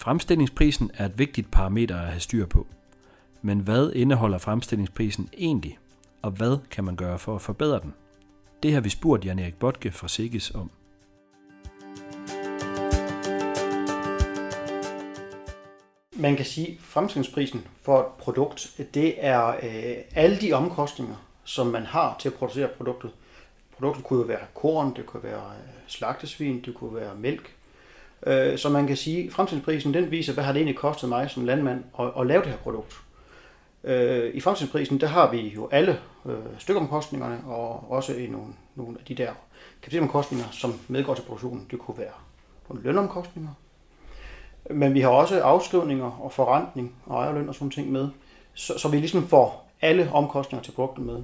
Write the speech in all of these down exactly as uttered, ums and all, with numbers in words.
Fremstillingsprisen er et vigtigt parameter at have styr på. Men hvad indeholder fremstillingsprisen egentlig, og hvad kan man gøre for at forbedre den? Det har vi spurgt Jan Erik Botke fra Sikkes om. Man kan sige, at fremstillingsprisen for et produkt, det er øh, alle de omkostninger, som man har til at producere produktet. Produktet kunne jo være korn, det kunne være slagtesvin, det kunne være mælk. Øh, så man kan sige, at fremstillingsprisen den viser, hvad har det egentlig kostet mig som landmand at, at lave det her produkt. Øh, I fremstillingsprisen, der har vi jo alle øh, stykomkostningerne, og også i nogle, nogle af de der kapitalomkostninger, som medgår til produktionen. Det kunne være nogle lønomkostninger. Men vi har også afskrivninger og forrentning og ejerløn og sådan ting med, så, så vi ligesom får alle omkostninger til produktet med.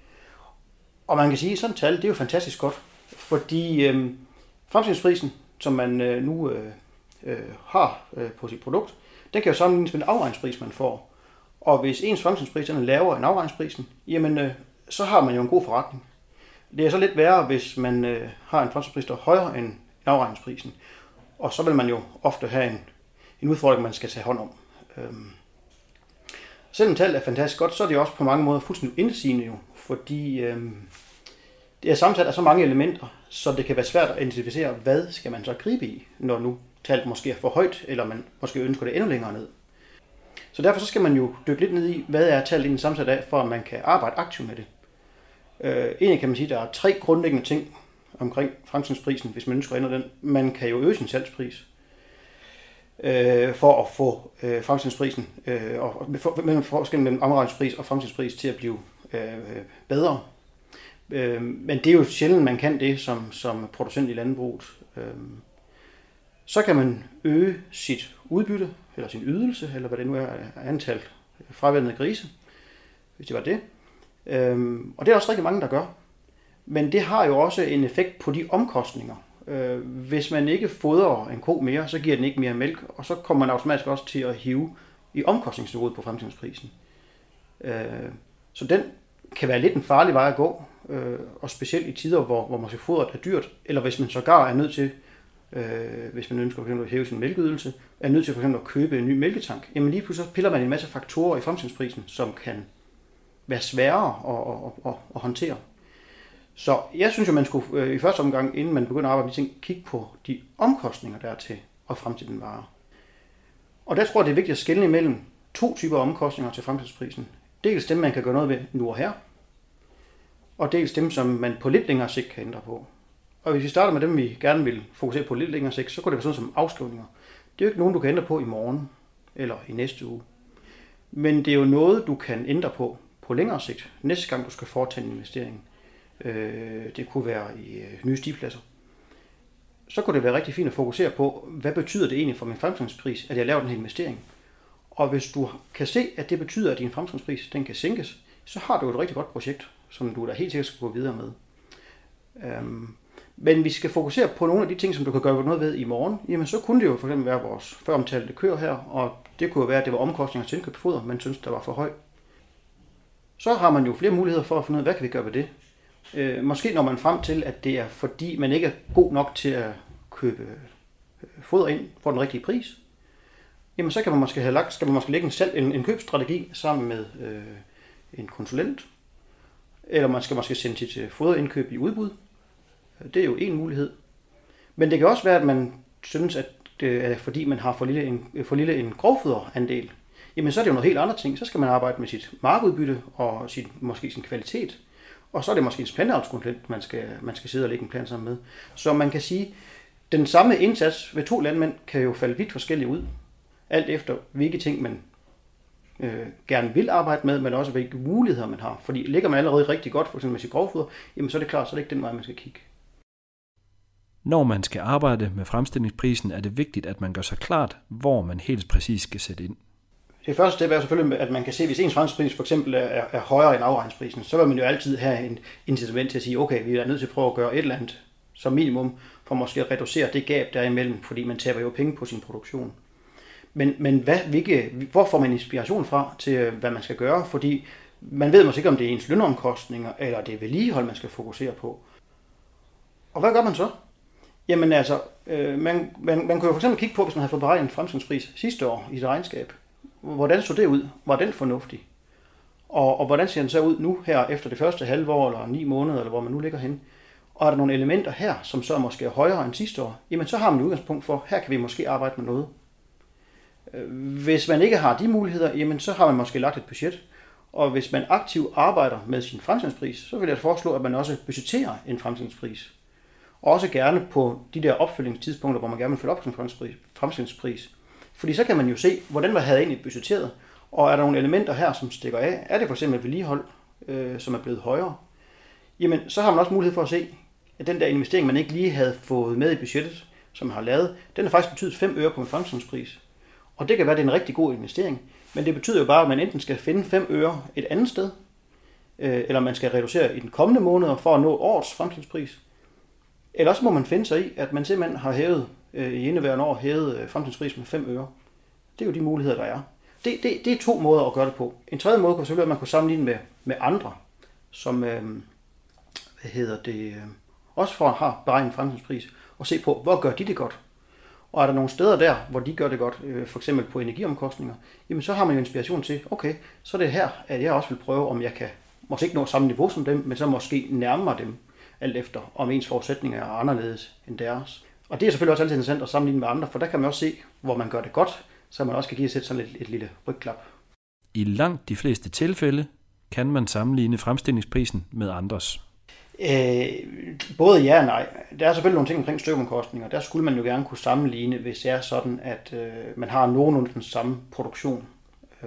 Og man kan sige, at sådan et tal, det er jo fantastisk godt, fordi øh, fremstillingsprisen, som man øh, nu øh, øh, har øh, på sit produkt, den kan jo sammenlignes med en afregningspris, man får. Og hvis ens fremstillingspris er lavere end afregningsprisen, jamen øh, så har man jo en god forretning. Det er så lidt værre, hvis man øh, har en fremstillingspris, der er højere end afregningsprisen. Og så vil man jo ofte have en, en udfordring, man skal tage hånd om. Øhm. Selvom tallet er fantastisk godt, så er det også på mange måder fuldstændig indsigende jo, fordi øhm, det er sammensat af så mange elementer, så det kan være svært at identificere, hvad skal man så gribe i, når nu tallet måske er for højt, eller man måske ønsker det endnu længere ned. Så derfor så skal man jo dykke lidt ned i, hvad er tallet egentlig sammensat af, for at man kan arbejde aktivt med det. Øh, egentlig kan man sige, at der er tre grundlæggende ting omkring fremstillingsprisen, hvis man ønsker at ændre den. Man kan jo øge sin salgspris øh, for at få øh, fremstillingsprisen øh, og mellem forskellen mellem afregningspris og fremstillingspris til at blive øh, bedre. Øh, men det er jo sjældent, man kan det som, som producent i landbruget. Øh, så kan man øge sit udbytte, eller sin ydelse, eller hvad det nu er, antal fraværende grise, hvis det var det. Øh, og det er også rigtig mange, der gør. Men det har jo også en effekt på de omkostninger. Øh, hvis man ikke fodrer en ko mere, så giver den ikke mere mælk, og så kommer man automatisk også til at hive i omkostningsniveauet på fremstillingsprisen. Øh, så den kan være lidt en farlig vej at gå, øh, og specielt i tider, hvor, hvor måske fodret er dyrt, eller hvis man sågar er nødt til, øh, hvis man ønsker for eksempel at hæve sin mælkeydelse, er nødt til for eksempel at købe en ny mælketank, jamen lige pludselig piller man en masse faktorer i fremstillingsprisen, som kan være sværere at, at, at, at håndtere. Så jeg synes jo, man skulle øh, i første omgang, inden man begynder at arbejde med de ting, kigge på de omkostninger, der er til at fremstille en vare. Og der tror jeg, det er vigtigt at skelne imellem to typer omkostninger til fremstillingsprisen. Dels dem, man kan gøre noget ved nu og her, og dels dem, som man på lidt længere sigt kan ændre på. Og hvis vi starter med dem, vi gerne vil fokusere på lidt længere sigt, så kunne det være sådan som afskrivninger. Det er jo ikke nogen, du kan ændre på i morgen eller i næste uge. Men det er jo noget, du kan ændre på på længere sigt, næste gang du skal foretage en investering. Det kunne være i nye stigepladser. Så kunne det være rigtig fint at fokusere på, hvad betyder det egentlig for min fremstillingspris, at jeg laver den her investering. Og hvis du kan se, at det betyder, at din fremstillingspris den kan sænkes, så har du et rigtig godt projekt, som du da helt sikkert skal gå videre med. Men vi skal fokusere på nogle af de ting, som du kan gøre noget ved i morgen. Jamen så kunne det jo for eksempel være vores føromtalte køer her, og det kunne jo være, at det var omkostninger til indkøb foder, man synes, der var for høj. Så har man jo flere muligheder for at finde ud af, hvad kan vi gøre ved det. Øh, måske når man frem til, at det er fordi, man ikke er god nok til at købe foder ind for den rigtige pris, jamen så kan man måske have lagt, skal man måske lægge en, salg, en, en købsstrategi sammen med øh, en konsulent, eller man skal måske sende sit foderindkøb i udbud. Det er jo en mulighed. Men det kan også være, at man synes, at det er fordi, man har for lille en, for lille en grovfoderandel. Jamen så er det jo noget helt andre ting. Så skal man arbejde med sit markudbytte og sit, måske sin kvalitet. Og så er det måske en planteavlskonsulent, man skal, man skal sidde og lægge en plan sammen med. Så man kan sige, at den samme indsats ved to landmænd kan jo falde vidt forskelligt ud. Alt efter hvilke ting man øh, gerne vil arbejde med, men også hvilke muligheder man har. Fordi ligger man allerede rigtig godt, for eksempel med sit grovfoder, jamen så er det klart, så er det ikke den vej, man skal kigge. Når man skal arbejde med fremstillingsprisen, er det vigtigt, at man gør sig klart, hvor man helt præcis skal sætte ind. Det første step er selvfølgelig, at man kan se, hvis ens fremstillingspris for eksempel er, er højere end afregningsprisen, så vil man jo altid have en incitament til at sige, okay, vi er nødt til at prøve at gøre et eller andet som minimum, for måske at reducere det gab der imellem, fordi man taber jo penge på sin produktion. Men, men hvad, hvilke, hvor får man inspiration fra til, hvad man skal gøre? Fordi man ved måske ikke, om det er ens lønomkostninger, eller det er vedligehold, man skal fokusere på. Og hvad gør man så? Jamen altså, øh, man, man, man kan jo for eksempel kigge på, hvis man har fået beregnet en fremstillingspris sidste år i et regnskab. Hvordan så det ud? Var den fornuftig? Og, og hvordan ser den så ud nu her efter det første halve år, eller ni måneder, eller hvor man nu ligger henne? Og er der nogle elementer her, som så måske er højere end sidste år, jamen så har man et udgangspunkt for, her kan vi måske arbejde med noget. Hvis man ikke har de muligheder, jamen så har man måske lagt et budget. Og hvis man aktivt arbejder med sin fremstillingspris, så vil jeg foreslå, at man også budgetterer en fremstillingspris. Og også gerne på de der opfølgingstidspunkter, hvor man gerne vil følge op på sin fremstillingspris. Fordi så kan man jo se, hvordan man havde egentlig budgetteret. Og er der nogle elementer her, som stikker af? Er det for eksempel vedligehold, øh, som er blevet højere? Jamen, så har man også mulighed for at se, at den der investering, man ikke lige havde fået med i budgettet, som man har lavet, den har faktisk betydet fem øre på en fremstillingspris. Og det kan være, at det er en rigtig god investering. Men det betyder jo bare, at man enten skal finde fem øre et andet sted, øh, eller man skal reducere i den kommende måneder for at nå årets fremstillingspris. Eller også må man finde sig i, at man simpelthen har hævet øh, i indeværende år hævet øh, fremstillingspris med fem øre. Det er jo de muligheder, der er. Det, det, det er to måder at gøre det på. En tredje måde kunne selvfølgelig være, at man kunne sammenligne med, med andre, som øh, hvad hedder det, øh, også for at have beregnet fremstillingspris, og se på, hvor gør de det godt. Og er der nogle steder der, hvor de gør det godt, øh, for eksempel på energiomkostninger, jamen så har man jo inspiration til, okay, så er det her, at jeg også vil prøve, om jeg kan måske ikke nå samme niveau som dem, men så måske nærmere dem, alt efter, om ens forudsætninger er anderledes end deres. Og det er selvfølgelig også altid interessant at sammenligne med andre, for der kan man også se, hvor man gør det godt, så man også kan give sig sådan et, et lille rygklap. I langt de fleste tilfælde kan man sammenligne fremstillingsprisen med andres. Øh, både ja og nej. Der er selvfølgelig nogle ting omkring stykkeomkostninger. Der skulle man jo gerne kunne sammenligne, hvis det er sådan, at øh, man har nogenlunde den samme produktion. Øh,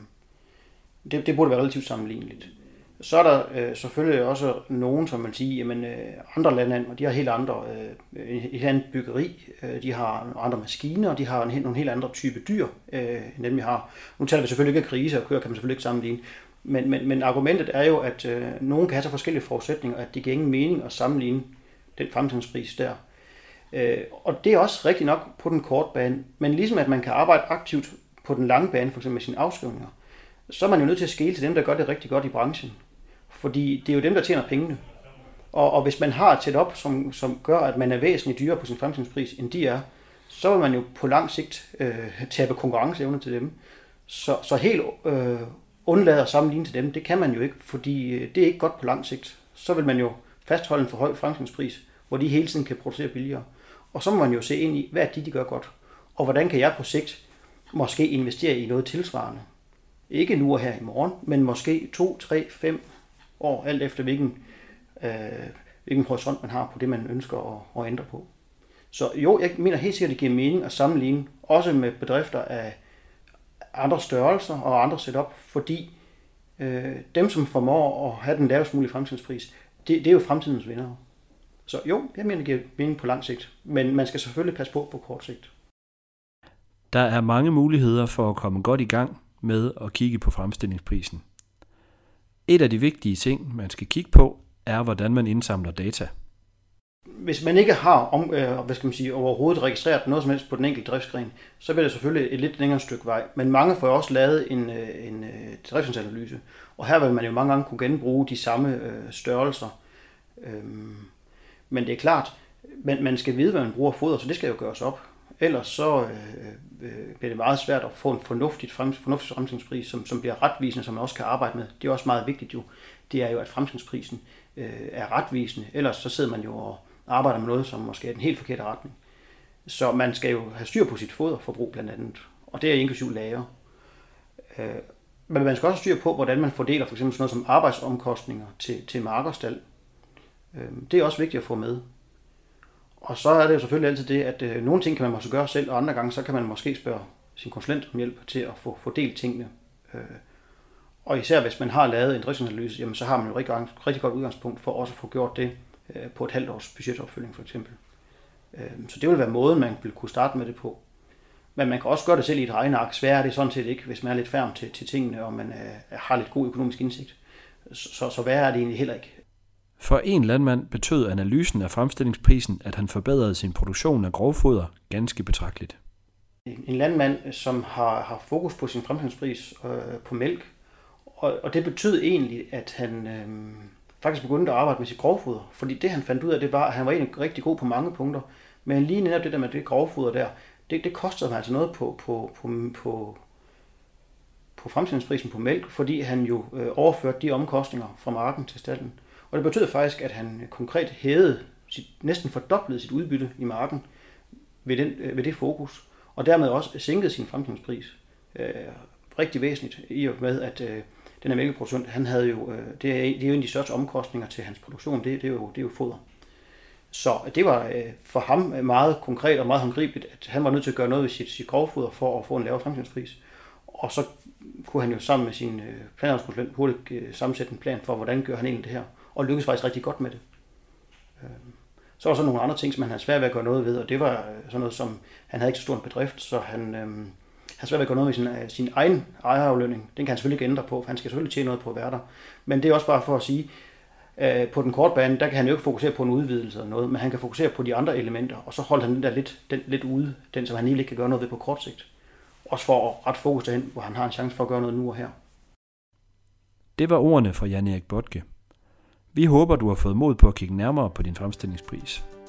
det, det burde være relativt sammenligneligt. Så er der øh, selvfølgelig også nogen, som man siger, jamen øh, andre lande, de har helt andre, øh, et helt andet byggeri, øh, de har andre maskiner, de har en, nogle helt andre type dyr, øh, end dem vi har. Nu taler vi selvfølgelig ikke af grise, og køer kan man selvfølgelig ikke sammenligne. Men, men, men argumentet er jo, at øh, nogen kan have så forskellige forudsætninger, at det giver ingen mening at sammenligne den fremstillingspris der. Øh, og det er også rigtigt nok på den korte bane, men ligesom at man kan arbejde aktivt på den lange bane, for eksempel med sine afskrivninger, så er man jo nødt til at skele til dem, der gør det rigtig godt i branchen. Fordi det er jo dem, der tjener pengene. Og, og hvis man har et setup, som, som gør, at man er væsentligt dyrere på sin fremstillingspris, end de er, så vil man jo på lang sigt øh, tabe konkurrenceevne til dem. Så, så helt øh, undlade at sammenligne til dem, det kan man jo ikke, fordi det er ikke godt på lang sigt. Så vil man jo fastholde en for høj fremstillingspris, hvor de hele tiden kan producere billigere. Og så må man jo se ind i, hvad er de, de gør godt. Og hvordan kan jeg på sigt måske investere i noget tilsvarende. Ikke nu og her i morgen, men måske to, tre, fem år, alt efter hvilken, øh, hvilken horisont man har på det, man ønsker at, at ændre på. Så jo, jeg mener helt sikkert, at det giver mening at sammenligne, også med bedrifter af andre størrelser og andre setup, fordi øh, dem, som formår at have den lavest mulige fremstillingspris, det, det er jo fremtidens vindere. Så jo, jeg mener, det giver mening på lang sigt, men man skal selvfølgelig passe på på kort sigt. Der er mange muligheder for at komme godt i gang med at kigge på fremstillingsprisen. Et af de vigtige ting, man skal kigge på, er, hvordan man indsamler data. Hvis man ikke har om, øh, hvad skal man sige, overhovedet registreret noget som helst på den enkelte driftsgren, så vil det selvfølgelig et lidt længere stykke vej. Men mange får også lavet en, en, en driftsanalyse, og her vil man jo mange gange kunne genbruge de samme øh, størrelser. Øhm, men det er klart, man, man skal vide, hvad man bruger foder, så det skal jo gøres op. Ellers så øh, øh, bliver det meget svært at få en fornuftig, frem, fornuftig fremstillingspris, som, som bliver retvisende, som man også kan arbejde med. Det er også meget vigtigt jo. Det er jo, at fremstillingsprisen øh, er retvisende. Ellers så sidder man jo og arbejder med noget, som måske er den helt forkerte retning. Så man skal jo have styr på sit foderforbrug blandt andet, og det er inklusiv lager. Øh, men man skal også have styr på, hvordan man fordeler for eksempel sådan noget som arbejdsomkostninger til, til markerstal. Øh, det er også vigtigt at få med. Og så er det jo selvfølgelig altid det, at øh, nogle ting kan man måske gøre selv, og andre gange så kan man måske spørge sin konsulent om hjælp til at få fordelt tingene. Øh, og især hvis man har lavet en driftsanalyse, jamen så har man jo rigtig, rigtig godt udgangspunkt for også at få gjort det øh, på et halvt års budgetopfølging for eksempel. Øh, så det vil være måden, man vil kunne starte med det på. Men man kan også gøre det selv i et regneark. Sværere er det sådan set ikke, hvis man er lidt færm til, til tingene, og man øh, har lidt god økonomisk indsigt. Så, så, så værre er det egentlig heller ikke. For en landmand betød analysen af fremstillingsprisen, at han forbedrede sin produktion af grovfoder ganske betragteligt. En landmand, som har, har fokus på sin fremstillingspris øh, på mælk, og, og det betød egentlig, at han øh, faktisk begyndte at arbejde med sit grovfoder. Fordi det han fandt ud af, det var, at han var egentlig rigtig god på mange punkter, Men lige netop det der med det grovfoder der, det, det kostede ham altså noget på, på, på, på, på fremstillingsprisen på mælk, fordi han jo øh, overførte de omkostninger fra marken til stalden. Og det betød faktisk, at han konkret hævede, sit, næsten fordoblede sit udbytte i marken ved, den, øh, ved det fokus, og dermed også sænkede sin fremstillingspris øh, rigtig væsentligt, i og med, at øh, den her mælkeproducent, han havde jo, øh, det, er, det er jo en af de største omkostninger til hans produktion, det, det, er, jo, det er jo foder. Så det var øh, for ham meget konkret og meget håndgribeligt, at han var nødt til at gøre noget ved sit, sit grovfoder for at få en lavere fremstillingspris. Og så kunne han jo sammen med sin øh, planavnskonsulent hurtigt øh, sammensætte en plan for, hvordan gør han egentlig det her, og lykkedes faktisk rigtig godt med det. Øh, så var der så nogle andre ting, som han havde svært ved at gøre noget ved, og det var sådan noget som, han havde ikke så stor en bedrift, så han... Øh, Han skal være gøre noget med sin, sin egen ejeraflønning. Den kan han selvfølgelig ikke ændre på, for han skal selvfølgelig tjene noget på at være der. Men det er også bare for at sige, at på den korte bane, der kan han jo ikke fokusere på en udvidelse eller noget, men han kan fokusere på de andre elementer, og så holder han den der lidt, den, lidt ude, den som han egentlig ikke kan gøre noget ved på kort sigt. Også for at rette fokus derhen, hvor han har en chance for at gøre noget nu og her. Det var ordene fra Jan Erik Bothke. Vi håber, du har fået mod på at kigge nærmere på din fremstillingspris.